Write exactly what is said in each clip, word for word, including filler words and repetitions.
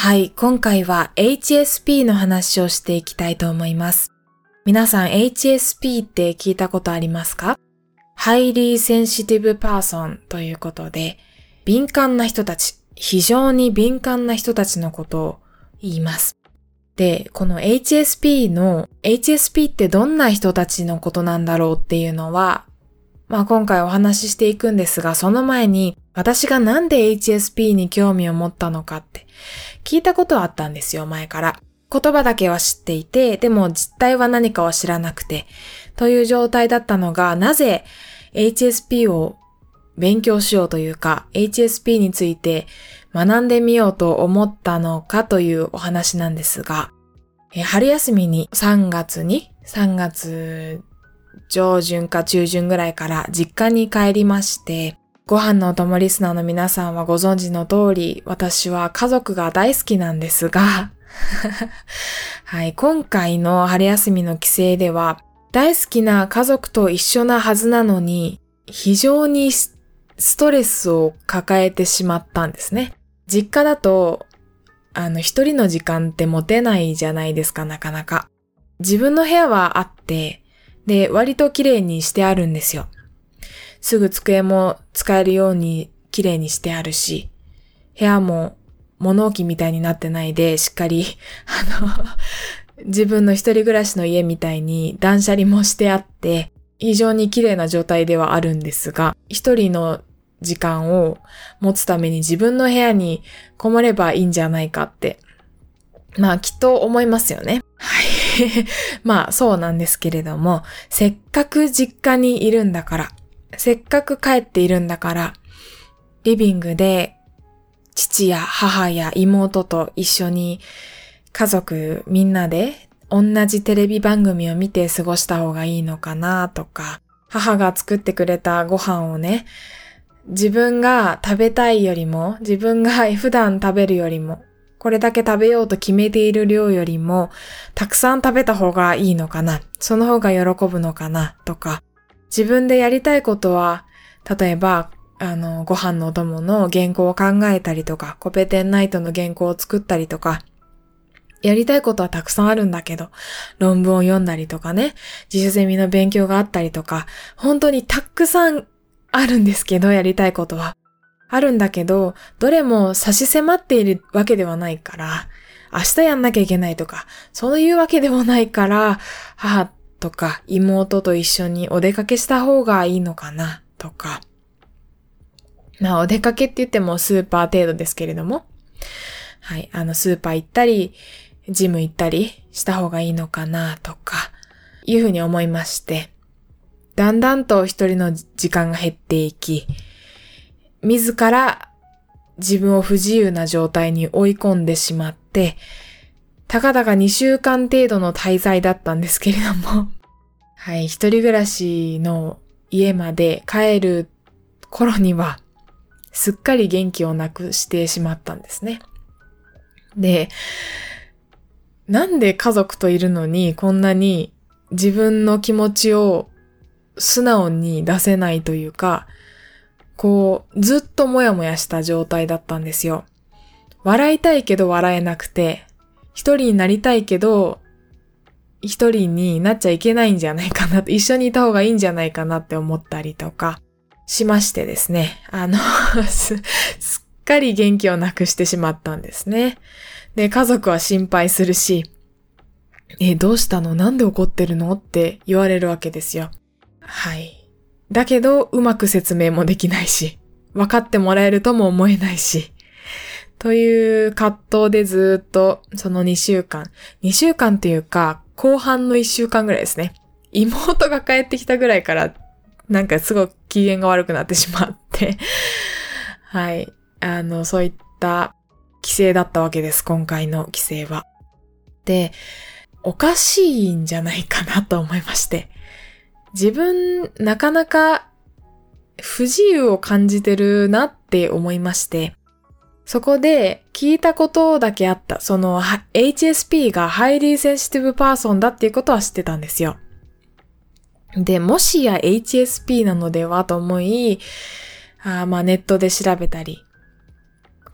はい、今回は エイチエスピー の話をしていきたいと思います。皆さん エイチエスピー って聞いたことありますか？ Highly Sensitive Person ということで、敏感な人たち、非常に敏感な人たちのことを言います。で、この エイチエスピー の エイチエスピー ってどんな人たちのことなんだろうっていうのは、まあ今回お話ししていくんですが、その前に私がなんで エイチエスピー に興味を持ったのかって聞いたことはあったんですよ、前から。言葉だけは知っていて、でも実態は何かは知らなくて、という状態だったのが、なぜ エイチエスピー を勉強しようというか、エイチエスピー について学んでみようと思ったのかというお話なんですが、え春休みにさんがつに、さんがつ上旬か中旬ぐらいから実家に帰りまして、ご飯のお供リスナーの皆さんはご存知の通り、私は家族が大好きなんですが、はい、今回の春休みの帰省では、大好きな家族と一緒なはずなのに、非常にストレスを抱えてしまったんですね。実家だと、あの、一人の時間って持てないじゃないですか、なかなか。自分の部屋はあって、で、割と綺麗にしてあるんですよ。すぐ机も使えるように綺麗にしてあるし、部屋も物置みたいになってないで、しっかり、あの、自分の一人暮らしの家みたいに断捨離もしてあって、非常に綺麗な状態ではあるんですが、一人の時間を持つために自分の部屋にこもればいいんじゃないかって、まあきっと思いますよね。はい。まあそうなんですけれども、せっかく実家にいるんだから、せっかく帰っているんだから、リビングで父や母や妹と一緒に家族みんなで同じテレビ番組を見て過ごした方がいいのかなとか、母が作ってくれたご飯をね、自分が食べたいよりも、自分が普段食べるよりも、これだけ食べようと決めている量よりも、たくさん食べた方がいいのかな、その方が喜ぶのかなとか、自分でやりたいことは、例えば、あの、ご飯のお供の原稿を考えたりとか、コペテンナイトの原稿を作ったりとか、やりたいことはたくさんあるんだけど、論文を読んだりとかね、自主ゼミの勉強があったりとか、本当にたくさんあるんですけど、やりたいことは。あるんだけど、どれも差し迫っているわけではないから、明日やんなきゃいけないとか、そういうわけでもないから、母とか妹と一緒にお出かけした方がいいのかな、とか。まあ、お出かけって言ってもスーパー程度ですけれども、はい、あの、スーパー行ったり、ジム行ったりした方がいいのかな、とか、いうふうに思いまして、だんだんと一人の時間が減っていき、自ら自分を不自由な状態に追い込んでしまって、たかだかにしゅうかん程度の滞在だったんですけれども、はい、一人暮らしの家まで帰る頃には、すっかり元気をなくしてしまったんですね。で、なんで家族といるのにこんなに自分の気持ちを素直に出せないというか、こう、ずっともやもやした状態だったんですよ。笑いたいけど笑えなくて、一人になりたいけど、一人になっちゃいけないんじゃないかな、一緒にいた方がいいんじゃないかなって思ったりとかしましてですね。あのす、すっかり元気をなくしてしまったんですね。で、家族は心配するし、え、どうしたの？なんで怒ってるの？って言われるわけですよ。はい。だけど、うまく説明もできないし、分かってもらえるとも思えないし、という葛藤でずっと、そのにしゅうかん、にしゅうかんっていうか、後半のいっしゅうかんぐらいですね。妹が帰ってきたぐらいから、なんかすごく機嫌が悪くなってしまって、はい。あの、そういった帰省だったわけです、今回の帰省は。で、おかしいんじゃないかなと思いまして。自分、なかなか不自由を感じてるなって思いまして、そこで聞いたことだけあった、その エイチエスピー が Highly Sensitive Person だっていうことは知ってたんですよ。で、もしや エイチエスピー なのではと思い、あまあネットで調べたり、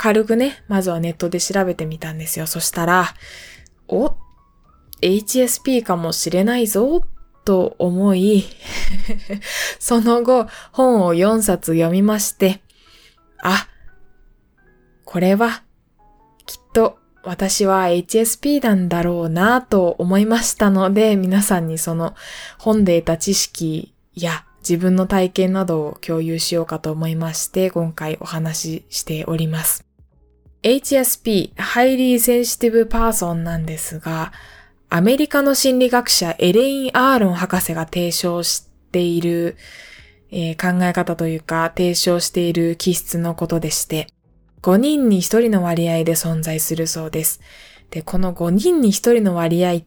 軽くね、まずはネットで調べてみたんですよ。そしたら、お、エイチエスピー かもしれないぞ、と思い、その後、本をよんさつ読みまして、あ、これは、きっと私は エイチエスピー なんだろうなと思いましたので、皆さんにその本で得た知識や自分の体験などを共有しようかと思いまして、今回お話ししております。エイチエスピー、Highly Sensitive Person なんですが、アメリカの心理学者エレイン・アーロン博士が提唱している、えー、考え方というか提唱している気質のことでして、ごにんにひとりの割合で存在するそうです。で、このごにんにひとりの割合って、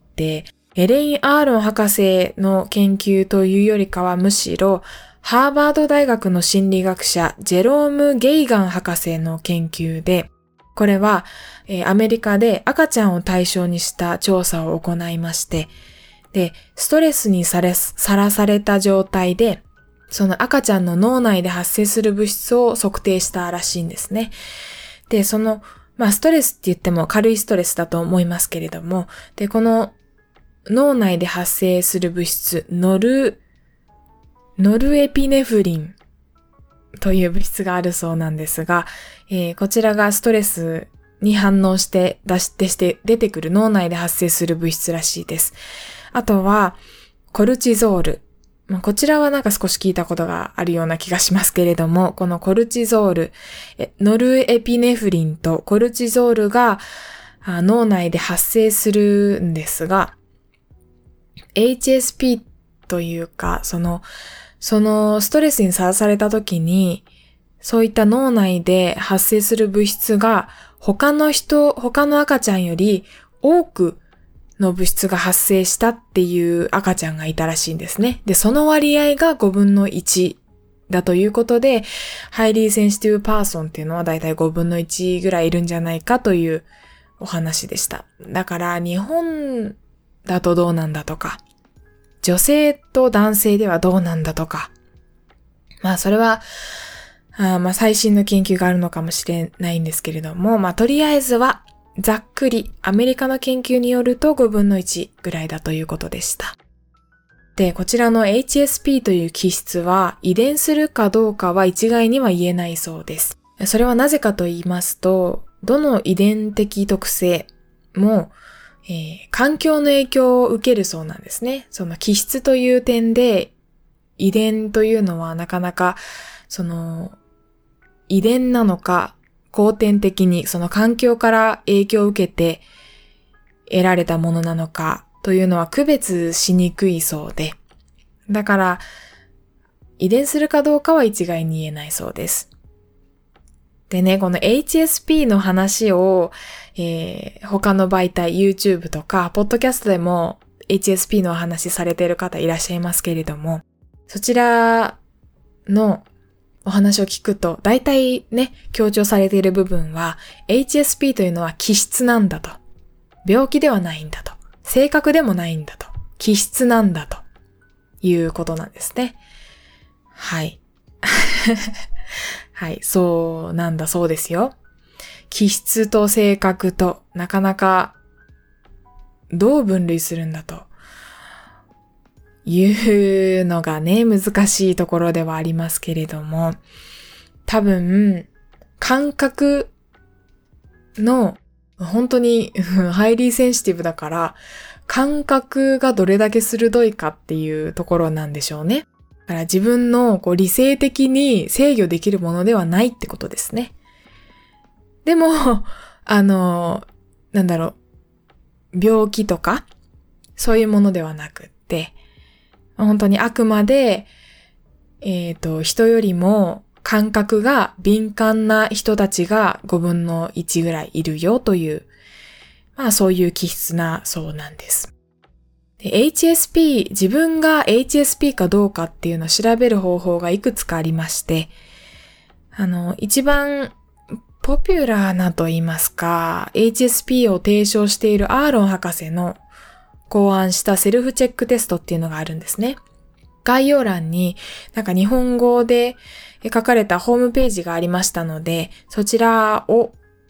エレイン・アーロン博士の研究というよりかはむしろ、ハーバード大学の心理学者ジェローム・ゲイガン博士の研究で、これは、えー、アメリカで赤ちゃんを対象にした調査を行いまして、で、ストレスにされ、さらされた状態で、その赤ちゃんの脳内で発生する物質を測定したらしいんですね。で、その、まあ、ストレスって言っても軽いストレスだと思いますけれども、で、この脳内で発生する物質、ノル、ノルエピネフリンという物質があるそうなんですが、えー、こちらがストレスに反応して出してして出てくる脳内で発生する物質らしいです。あとはコルチゾール。こちらはなんか少し聞いたことがあるような気がしますけれども、このコルチゾール、ノルエピネフリンとコルチゾールが脳内で発生するんですが、エイチエスピー というか、そのそのストレスにさらされた時に、そういった脳内で発生する物質が他の人、他の赤ちゃんより多くの物質が発生したっていう赤ちゃんがいたらしいんですね。で、その割合がごぶんのいちだということで、Highly Sensitive Person っていうのはだいたいごぶんのいちぐらいいるんじゃないかというお話でした。だから日本だとどうなんだとか、女性と男性ではどうなんだとか。まあそれは、あまあ最新の研究があるのかもしれないんですけれども、まあとりあえずはざっくりアメリカの研究によるとごぶんのいちぐらいだということでした。で、こちらの エイチエスピー という気質は遺伝するかどうかは一概には言えないそうです。それはなぜかと言いますと、どの遺伝的特性もえー、環境の影響を受けるそうなんですね。その気質という点で遺伝というのはなかなかその遺伝なのか後天的にその環境から影響を受けて得られたものなのかというのは区別しにくいそうで、だから遺伝するかどうかは一概に言えないそうです。でね、この エイチエスピー の話を、えー、他の媒体、YouTube とか、ポッドキャストでも エイチエスピー のお話されている方いらっしゃいますけれども、そちらのお話を聞くと、大体ね、強調されている部分は、エイチエスピー というのは気質なんだと。病気ではないんだと。性格でもないんだと。気質なんだということなんですね。はい。はい、そうなんだそうですよ。気質と性格となかなかどう分類するんだというのがね、難しいところではありますけれども、多分感覚の本当にハイリーセンシティブだから感覚がどれだけ鋭いかっていうところなんでしょうね。だから自分のこう理性的に制御できるものではないってことですね。でも、あの、なんだろう、病気とか、そういうものではなくって、本当にあくまで、えっと、人よりも感覚が敏感な人たちがごぶんのいちぐらいいるよという、まあそういう気質なそうなんです。エイチエスピー、自分が エイチエスピー かどうかっていうのを調べる方法がいくつかありまして、あの、一番ポピュラーなと言いますか、エイチエスピー を提唱しているアーロン博士の考案したセルフチェックテストっていうのがあるんですね。概要欄になんか日本語で書かれたホームページがありましたので、そちらを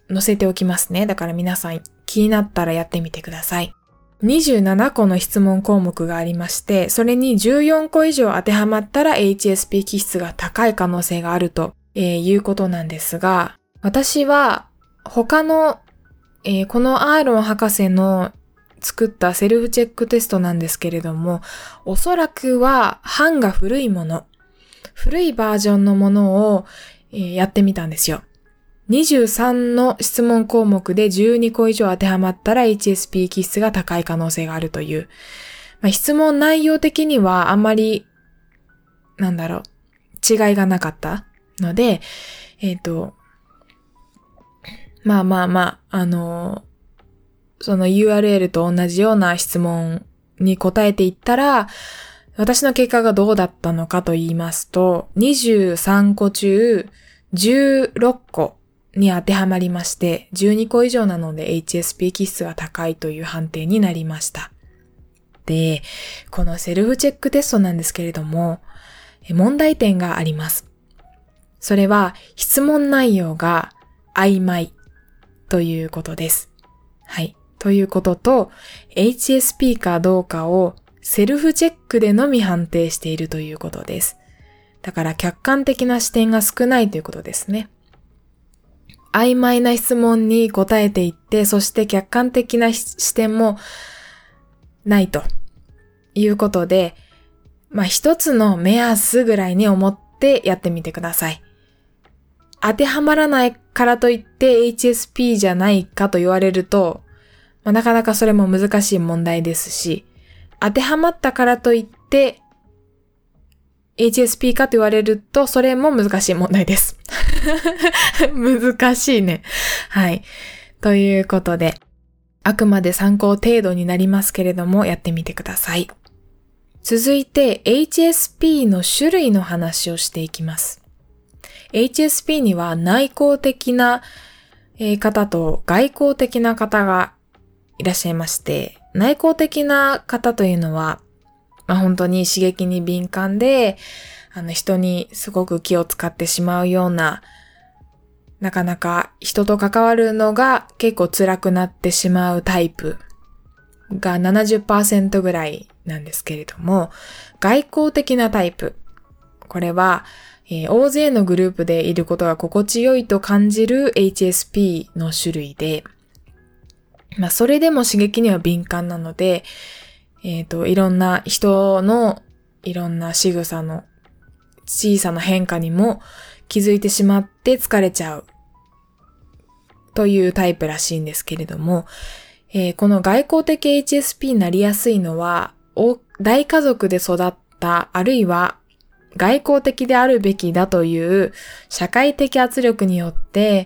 載せておきますね。だから皆さん気になったらやってみてください。にじゅうななこの質問項目がありまして、それにじゅうよんこ以上当てはまったら エイチエスピー 気質が高い可能性があると、えー、いうことなんですが、私は他の、えー、このアーロン博士の作ったセルフチェックテストなんですけれども、おそらくは版が古いもの、古いバージョンのものを、えー、やってみたんですよ。にじゅうさんの質問項目でじゅうにこ以上当てはまったら エイチエスピー 気質が高い可能性があるという。まあ、質問内容的にはあんまり、なんだろう、違いがなかったので、えっと、まあまあまあ、あの、その ユーアールエル と同じような質問に答えていったら、私の結果がどうだったのかと言いますと、にじゅうさんこ中じゅうろっこに当てはまりまして、じゅうにこ以上なので エイチエスピー 気質が高いという判定になりました。で、このセルフチェックテストなんですけれども、問題点があります。それは質問内容が曖昧ということです。はい。ということと、エイチエスピー かどうかをセルフチェックでのみ判定しているということです。だから客観的な視点が少ないということですね。曖昧な質問に答えていって、そして客観的な視点もないということで、まあ一つの目安ぐらいに思ってやってみてください。当てはまらないからといって エイチエスピー じゃないかと言われると、まあ、なかなかそれも難しい問題ですし、当てはまったからといって エイチエスピー かと言われると、それも難しい問題です。難しいね。はい。ということで、あくまで参考程度になりますけれども、やってみてください。続いて、エイチエスピー の種類の話をしていきます。エイチエスピー には内向的な方と外向的な方がいらっしゃいまして、内向的な方というのは、まあ、本当に刺激に敏感で、あの人にすごく気を使ってしまうような、なかなか人と関わるのが結構辛くなってしまうタイプが ななじゅっパーセント ぐらいなんですけれども、外向的なタイプ。これは、えー、大勢のグループでいることが心地よいと感じる エイチエスピー の種類で、まあそれでも刺激には敏感なので、えっと、いろんな人のいろんな仕草の小さな変化にも気づいてしまって疲れちゃうというタイプらしいんですけれども、えー、この外向的 エイチエスピー になりやすいのは、大家族で育ったあるいは外向的であるべきだという社会的圧力によって、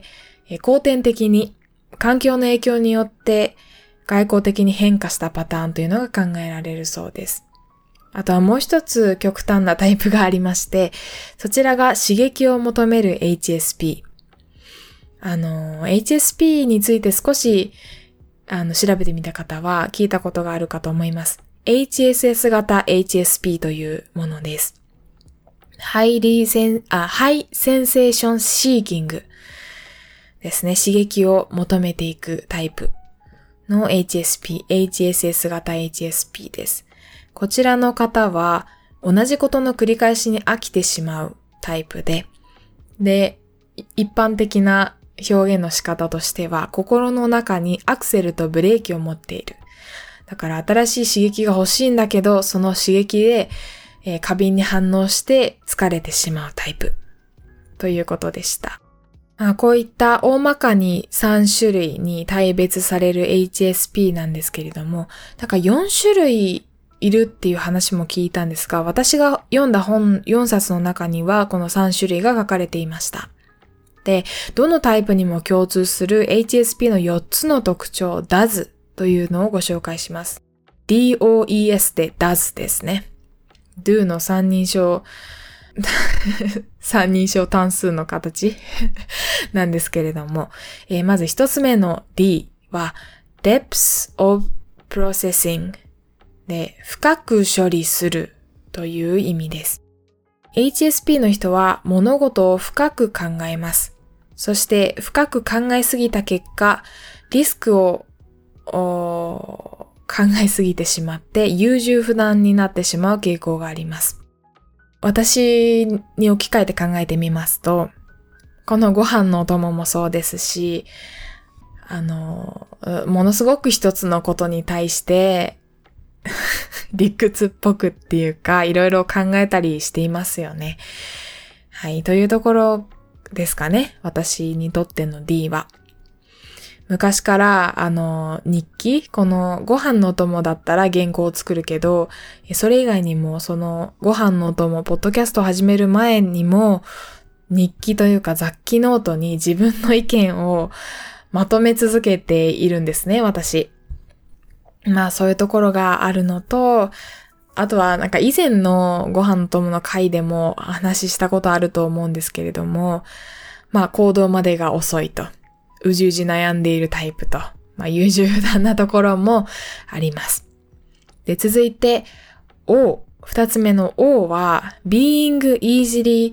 えー、後天的に環境の影響によって外向的に変化したパターンというのが考えられるそうです。あとはもう一つ極端なタイプがありまして、そちらが刺激を求める エイチエスピー。あの、エイチエスピー について少しあの調べてみた方は聞いたことがあるかと思います。エイチエスエス 型 エイチエスピー というものです。ハイリーセン、あ、ハイセンセーションシーキングですね。刺激を求めていくタイプの エイチエスピー、エイチエスエス 型 エイチエスピー です。こちらの方は同じことの繰り返しに飽きてしまうタイプで、で、一般的な表現の仕方としては心の中にアクセルとブレーキを持っている。だから新しい刺激が欲しいんだけど、その刺激で、えー、過敏に反応して疲れてしまうタイプということでした。まあ、こういった大まかにさん種類に大別される エイチエスピー なんですけれども、だからよん種類いるっていう話も聞いたんですが、私が読んだ本よんさつの中にはこのさん種類が書かれていました。で、どのタイプにも共通する エイチエスピー のよっつの特徴 ダズ というのをご紹介します。ディーオーイーエス で ダズ ですね。do の三人称三人称単数の形なんですけれども、えー、まず一つ目の D は depth of processing で深く処理するという意味です。エイチエスピー の人は物事を深く考えます。 そして深く考えすぎた結果、リスクを考えすぎてしまって優柔不断になってしまう傾向があります。私に置き換えて考えてみますと、このご飯のお供もそうですし、あの、ものすごく一つのことに対して理屈っぽくっていうか、いろいろ考えたりしていますよね。はい、というところですかね。私にとっての D は。昔から、あの、日記、このご飯のお供だったら原稿を作るけど、それ以外にも、そのご飯のお供、ポッドキャストを始める前にも、日記というか雑記ノートに自分の意見をまとめ続けているんですね、私。まあそういうところがあるのと、あとはなんか以前のご飯の友の回でも話したことあると思うんですけれども、まあ行動までが遅いと、うじうじ悩んでいるタイプと、まあ優柔不断なところもあります。で、続いて O、二つ目の O は being easily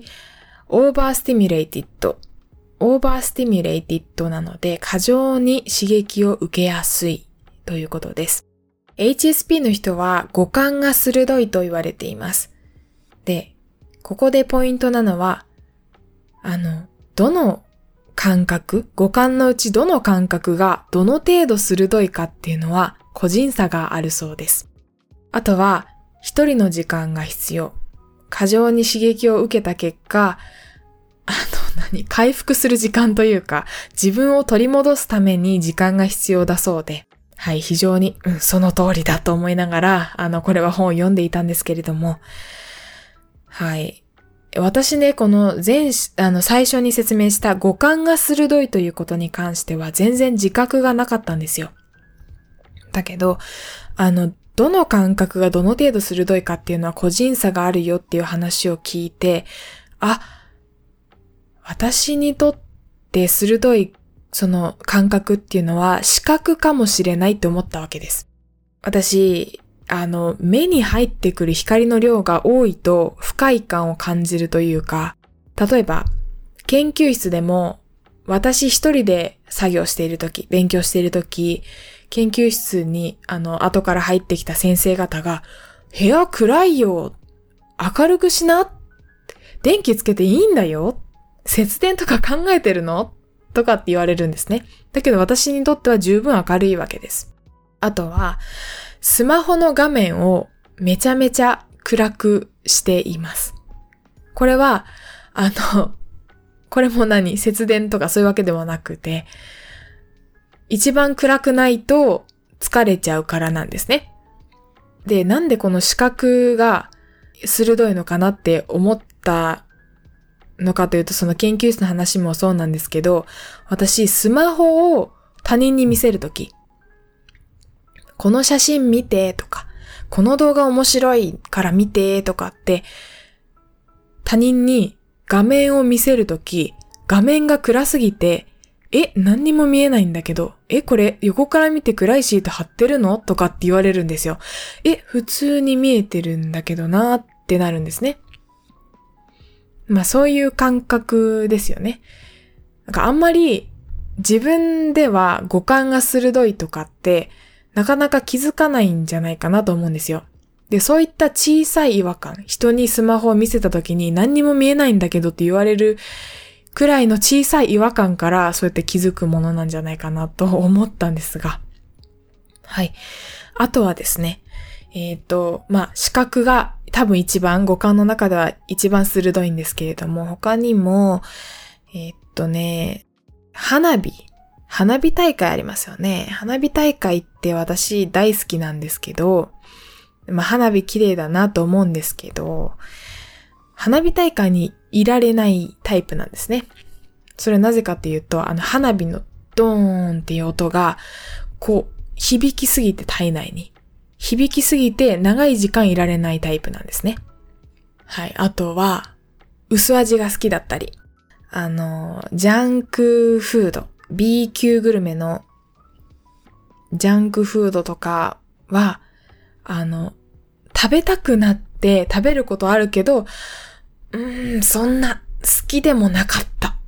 overstimulated。overstimulated なので過剰に刺激を受けやすいということです。エイチエスピー の人は五感が鋭いと言われています。で、ここでポイントなのは、あの、どの感覚、五感のうちどの感覚がどの程度鋭いかっていうのは個人差があるそうです。あとは、一人の時間が必要。過剰に刺激を受けた結果、あの、何、回復する時間というか、自分を取り戻すために時間が必要だそうで、はい、非常に、うん、その通りだと思いながら、あの、これは本を読んでいたんですけれども、はい。私ね、この前、あの、最初に説明した五感が鋭いということに関しては全然自覚がなかったんですよ。だけど、あの、どの感覚がどの程度鋭いかっていうのは個人差があるよっていう話を聞いて、あ、私にとって鋭いその感覚っていうのは視覚かもしれないって思ったわけです。私、あの、目に入ってくる光の量が多いと不快感を感じるというか、例えば、研究室でも私一人で作業しているとき、勉強しているとき、研究室にあの後から入ってきた先生方が、部屋暗いよ、明るくしな、電気つけていいんだよ、節電とか考えてるのとかって言われるんですね。だけど私にとっては十分明るいわけです。あとは、スマホの画面をめちゃめちゃ暗くしています。これは、あの、これも何、節電とかそういうわけではなくて、一番暗くないと疲れちゃうからなんですね。で、なんでこの視覚が鋭いのかなって思ったのかというと、その研究室の話もそうなんですけど、私スマホを他人に見せるとき、この写真見てとか、この動画面白いから見てとかって他人に画面を見せるとき、画面が暗すぎて、え、何にも見えないんだけど、え、これ横から見て暗いシート貼ってるのとかって言われるんですよ。え、普通に見えてるんだけどなーってなるんですね。まあそういう感覚ですよね。なんかあんまり自分では五感が鋭いとかってなかなか気づかないんじゃないかなと思うんですよ。で、そういった小さい違和感、人にスマホを見せた時に何にも見えないんだけどって言われるくらいの小さい違和感からそうやって気づくものなんじゃないかなと思ったんですが。はい。あとはですね、えっと、まあ、視覚が多分一番、五感の中では一番鋭いんですけれども、他にも、えっとね、花火。花火大会ありますよね。花火大会って私大好きなんですけど、まあ、花火綺麗だなと思うんですけど、花火大会にいられないタイプなんですね。それはなぜかっていうと、あの花火のドーンっていう音が、こう、響きすぎて体内に。響きすぎて長い時間いられないタイプなんですね。はい。あとは、薄味が好きだったり、あの、ジャンクフード、B 級グルメのジャンクフードとかは、あの、食べたくなって食べることあるけど、うーん、そんな好きでもなかった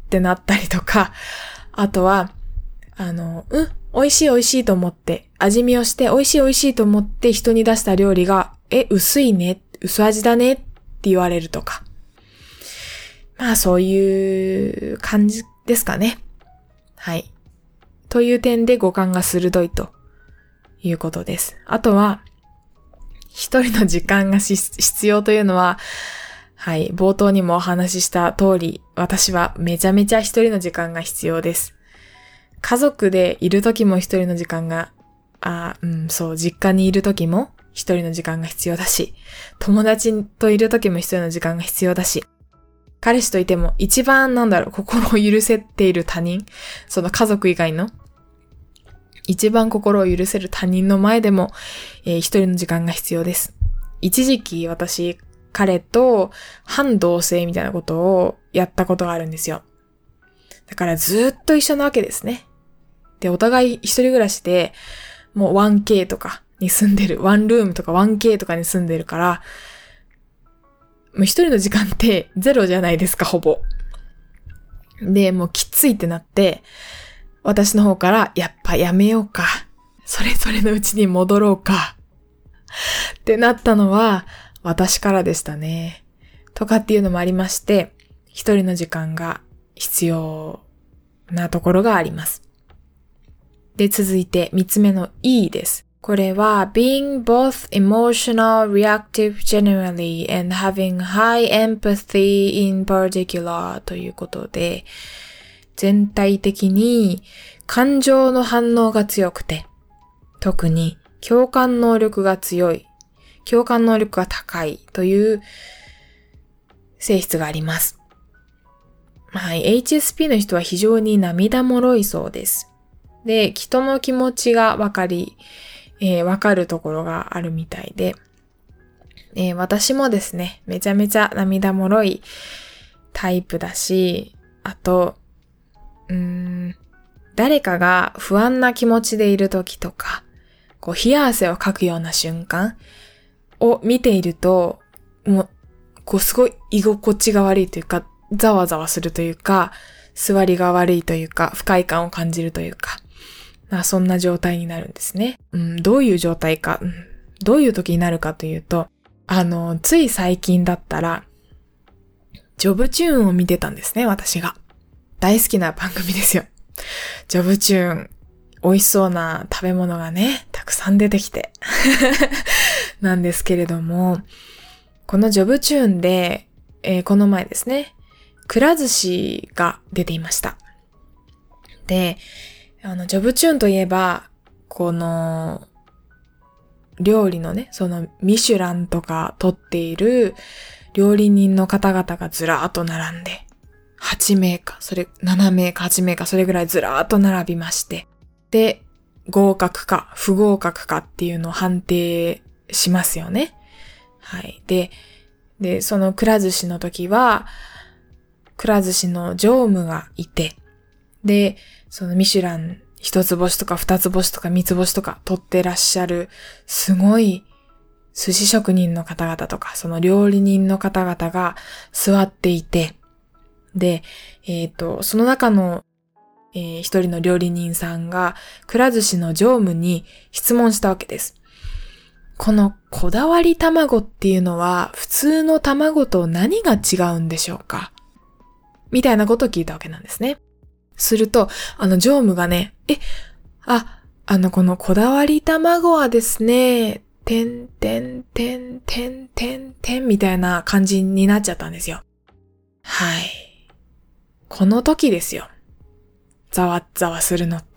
ってなったりとか、あとは、あの、うん、美味しい美味しいと思って、味見をして美味しい美味しいと思って人に出した料理が、え、薄いね、薄味だねって言われるとか。まあそういう感じですかね。はい。という点で五感が鋭いということです。あとは、一人の時間が必要というのは、はい、冒頭にもお話しした通り、私はめちゃめちゃ一人の時間が必要です。家族でいる時も一人の時間が、あ、うん、そう、実家にいる時も一人の時間が必要だし、友達といる時も一人の時間が必要だし、彼氏といても一番なんだろう、心を許せている他人、その家族以外の、一番心を許せる他人の前でも、えー、一人の時間が必要です。一時期私、彼と反同棲みたいなことをやったことがあるんですよ。だからずっと一緒なわけですね。で、お互い一人暮らしで、もう ワンケー とかに住んでる、ワンルームとか ワンケー とかに住んでるから、もう一人の時間ってゼロじゃないですか、ほぼ。で、もうきついってなって、私の方から、やっぱやめようか。それぞれのうちに戻ろうか。ってなったのは、私からでしたね。とかっていうのもありまして、一人の時間が必要なところがあります。で、続いて三つ目の E です。これは being both emotional, reactive generally and having high empathy in particular ということで、全体的に感情の反応が強くて、特に共感能力が強い、共感能力が高いという性質があります。はい、エイチエスピー の人は非常に涙もろいそうです。で、人の気持ちがわかり、えー、わかるところがあるみたいで、えー、私もですね、めちゃめちゃ涙もろいタイプだし、あと、うーん、誰かが不安な気持ちでいるときとか、こう冷や汗をかくような瞬間を見ていると、もう、こうすごい居心地が悪いというか、ざわざわするというか、座りが悪いというか、不快感を感じるというか、まあ、そんな状態になるんですね。うん、どういう状態か、うん、どういう時になるかというと、あの、つい最近だったら、ジョブチューンを見てたんですね、私が。大好きな番組ですよ。ジョブチューン、美味しそうな食べ物がね、たくさん出てきて。なんですけれども、このジョブチューンで、えー、この前ですね、くら寿司が出ていました。で、あの、ジョブチューンといえば、この、料理のね、そのミシュランとか取っている料理人の方々がずらーっと並んで、はちめいか、それ、ななめいかはちめいか、それぐらいずらーっと並びまして、で、合格か不合格かっていうのを判定しますよね。はい。で、で、そのくら寿司の時は、くら寿司の常務がいて、で、そのミシュラン一つ星とか二つ星とか三つ星とか取ってらっしゃるすごい寿司職人の方々とかその料理人の方々が座っていて、で、えっと、その中の、えー、一人の料理人さんがくら寿司の常務に質問したわけです。このこだわり卵っていうのは普通の卵と何が違うんでしょうか？みたいなことを聞いたわけなんですね。すると、あの、常務がね、え、あ、あの、このこだわり卵はですね、てんてんてんてんてんてんみたいな感じになっちゃったんですよ。はい。この時ですよ。ざわざわするのって。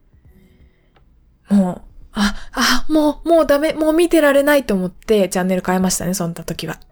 もう、あ、あ、もう、もうダメ、もう見てられないと思ってチャンネル変えましたね、そんな時は。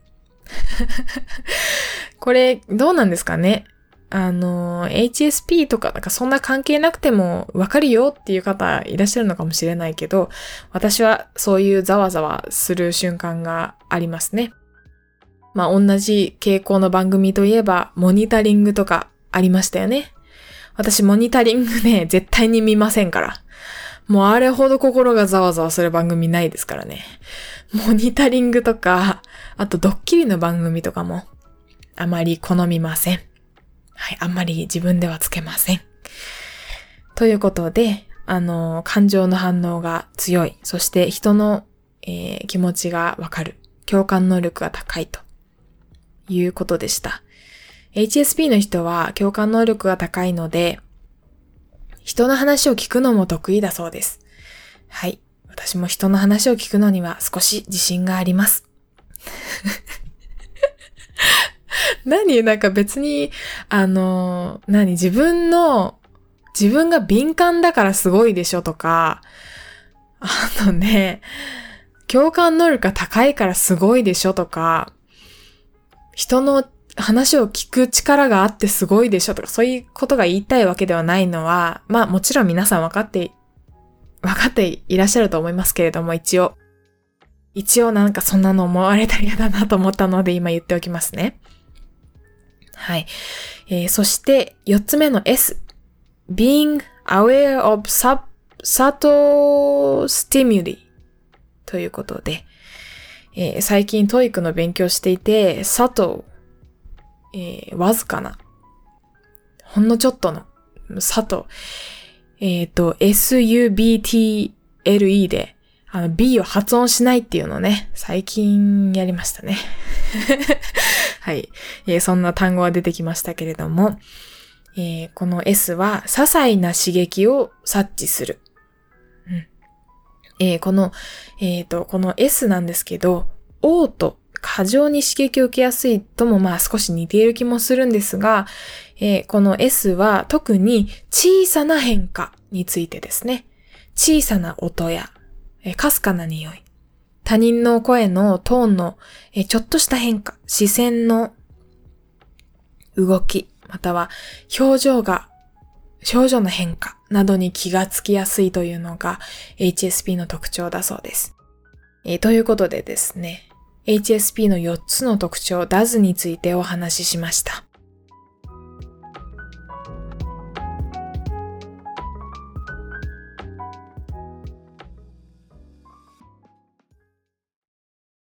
これ、どうなんですかね？あの、エイチエスピー とかなんかそんな関係なくてもわかるよっていう方いらっしゃるのかもしれないけど、私はそういうざわざわする瞬間がありますね。まあ同じ傾向の番組といえばモニタリングとかありましたよね。私モニタリングね、絶対に見ませんから。もうあれほど心がざわざわする番組ないですからね。モニタリングとか、あとドッキリの番組とかもあまり好みません。 はい、あんまり自分ではつけません。ということで、あの、感情の反応が強い、そして人の、えー、気持ちがわかる、共感能力が高いということでした。エイチエスピー の人は共感能力が高いので、人の話を聞くのも得意だそうです。はい。私も人の話を聞くのには少し自信があります。何なんか別に、あの、何自分の、自分が敏感だからすごいでしょとか、あのね、共感能力が高いからすごいでしょとか、人の話を聞く力があってすごいでしょとか、そういうことが言いたいわけではないのは、まあもちろん皆さん分かって、分かっていらっしゃると思いますけれども、一応。一応なんかそんなの思われたら嫌だなと思ったので今言っておきますね。はい。えー、そして四つ目の S。being aware of sub, subtle stimuli ということで、えー、最近トーイックの勉強していて、subtle、えー、わずかな、ほんのちょっとの、subtle、えっと、エスユービーティーエルイー で、あの B を発音しないっていうのをね、最近やりましたね。はい、えー。そんな単語が出てきましたけれども、えー、この S は些細な刺激を察知する。うんえー、この、えっと、この S なんですけど、O と過剰に刺激を受けやすいともまあ少し似ている気もするんですが、えー、この S は特に小さな変化についてですね。小さな音や、えー、かすかな匂い、他人の声のトーンの、えー、ちょっとした変化、視線の動き、または表情が、表情の変化などに気がつきやすいというのが エイチエスピー の特徴だそうです。えー、ということでですね、エイチエスピー のよっつの特徴 ダズ についてお話ししました。